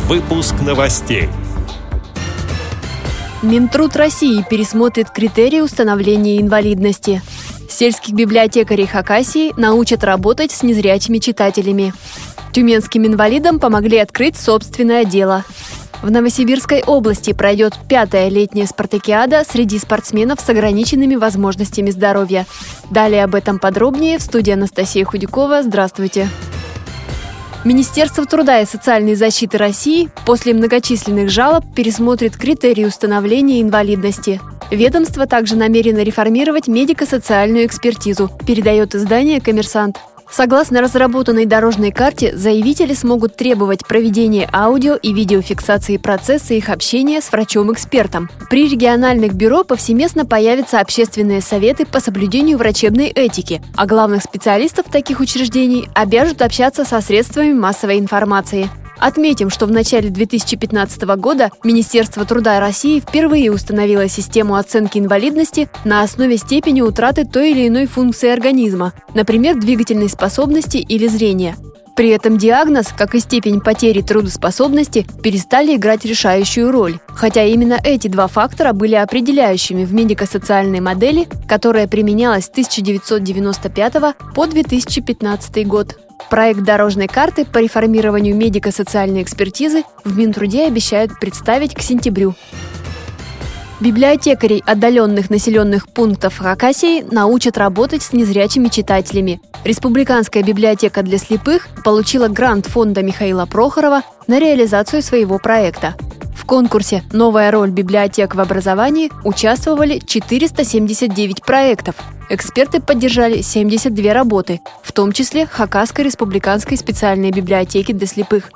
Выпуск новостей. Минтруд России пересмотрит критерии установления инвалидности. Сельских библиотекарей Хакасии научат работать с незрячими читателями. Тюменским инвалидам помогли открыть собственное дело. В Новосибирской области пройдет 5-я летняя спартакиада среди спортсменов с ограниченными возможностями здоровья. Далее об этом подробнее в студии Анастасия Худякова. Здравствуйте! Министерство труда и социальной защиты России после многочисленных жалоб пересмотрит критерии установления инвалидности. Ведомство также намерено реформировать медико-социальную экспертизу, передает издание «Коммерсант». Согласно разработанной дорожной карте, заявители смогут требовать проведения аудио- и видеофиксации процесса их общения с врачом-экспертом. При региональных бюро повсеместно появятся общественные советы по соблюдению врачебной этики, а главных специалистов таких учреждений обяжут общаться со средствами массовой информации. Отметим, что в начале 2015 года Министерство труда России впервые установило систему оценки инвалидности на основе степени утраты той или иной функции организма, например, двигательной способности или зрения. При этом диагноз, как и степень потери трудоспособности, перестали играть решающую роль, хотя именно эти два фактора были определяющими в медико-социальной модели, которая применялась с 1995 по 2015 год. Проект дорожной карты по реформированию медико-социальной экспертизы в Минтруде обещают представить к сентябрю. Библиотекарей отдаленных населенных пунктов Хакасии научат работать с незрячими читателями. Республиканская библиотека для слепых получила грант фонда Михаила Прохорова на реализацию своего проекта. В конкурсе «Новая роль библиотек в образовании» участвовали 479 проектов. Эксперты поддержали 72 работы, в том числе Хакасской республиканской специальной библиотеки для слепых.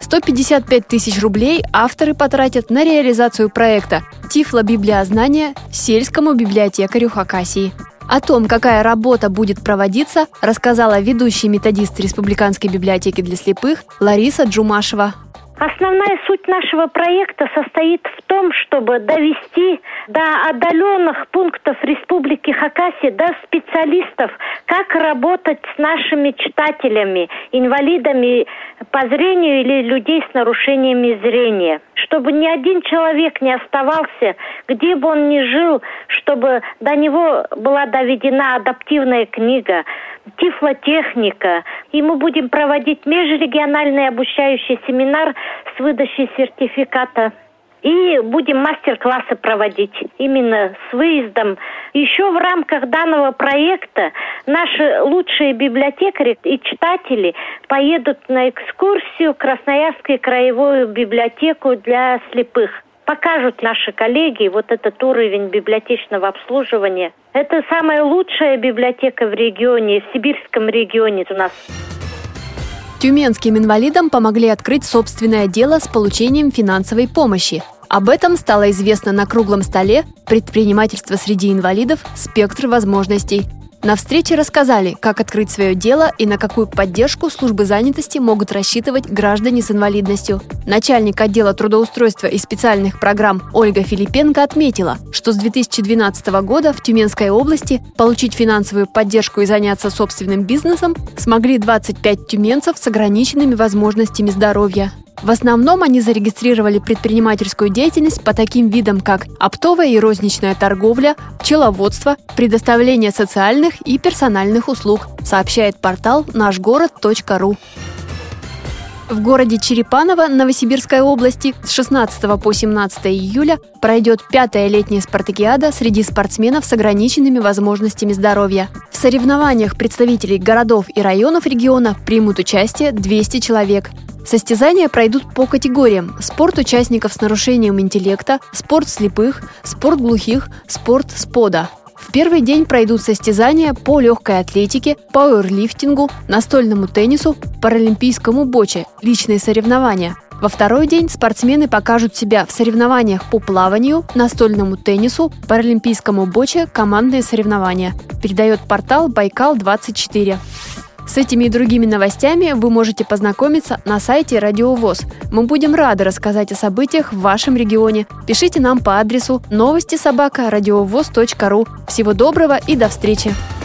155 тысяч рублей авторы потратят на реализацию проекта «Тифлобиблиознание» сельскому библиотекарю Хакасии. О том, какая работа будет проводиться, рассказала ведущий методист Республиканской библиотеки для слепых Лариса Джумашева. Основная суть нашего проекта состоит в том, чтобы довести до отдаленных пунктов Республики Хакасия, до специалистов, как работать с нашими читателями, инвалидами по зрению или людей с нарушениями зрения. Чтобы ни один человек не оставался, где бы он ни жил, чтобы до него была доведена адаптивная книга, тифлотехника. И мы будем проводить межрегиональный обучающий семинар с выдачей сертификата. И будем мастер-классы проводить именно с выездом. Еще в рамках данного проекта наши лучшие библиотекари и читатели поедут на экскурсию в Красноярскую краевую библиотеку для слепых. Покажут наши коллеги вот этот уровень библиотечного обслуживания. Это самая лучшая библиотека в регионе, в сибирском регионе у нас. Тюменским инвалидам помогли открыть собственное дело с получением финансовой помощи. Об этом стало известно на круглом столе «Предпринимательство среди инвалидов. Спектр возможностей». На встрече рассказали, как открыть свое дело и на какую поддержку службы занятости могут рассчитывать граждане с инвалидностью. Начальник отдела трудоустройства и специальных программ Ольга Филипенко отметила, что с 2012 года в Тюменской области получить финансовую поддержку и заняться собственным бизнесом смогли 25 тюменцев с ограниченными возможностями здоровья. В основном они зарегистрировали предпринимательскую деятельность по таким видам, как оптовая и розничная торговля, пчеловодство, предоставление социальных и персональных услуг, сообщает портал нашгород.ру. В городе Черепаново Новосибирской области с 16 по 17 июля пройдет 5-я летняя спартакиада среди спортсменов с ограниченными возможностями здоровья. В соревнованиях представителей городов и районов региона примут участие 200 человек. Состязания пройдут по категориям: спорт участников с нарушением интеллекта, спорт слепых, спорт глухих, спорт СПОДа. В первый день пройдут состязания по легкой атлетике, пауэрлифтингу, настольному теннису, паралимпийскому боче, личные соревнования. Во второй день спортсмены покажут себя в соревнованиях по плаванию, настольному теннису, паралимпийскому боче, командные соревнования, передает портал Байкал-24. С этими и другими новостями вы можете познакомиться на сайте Радио ВОС. Мы будем рады рассказать о событиях в вашем регионе. Пишите нам по адресу новости@радиовос.ру. Всего доброго и до встречи!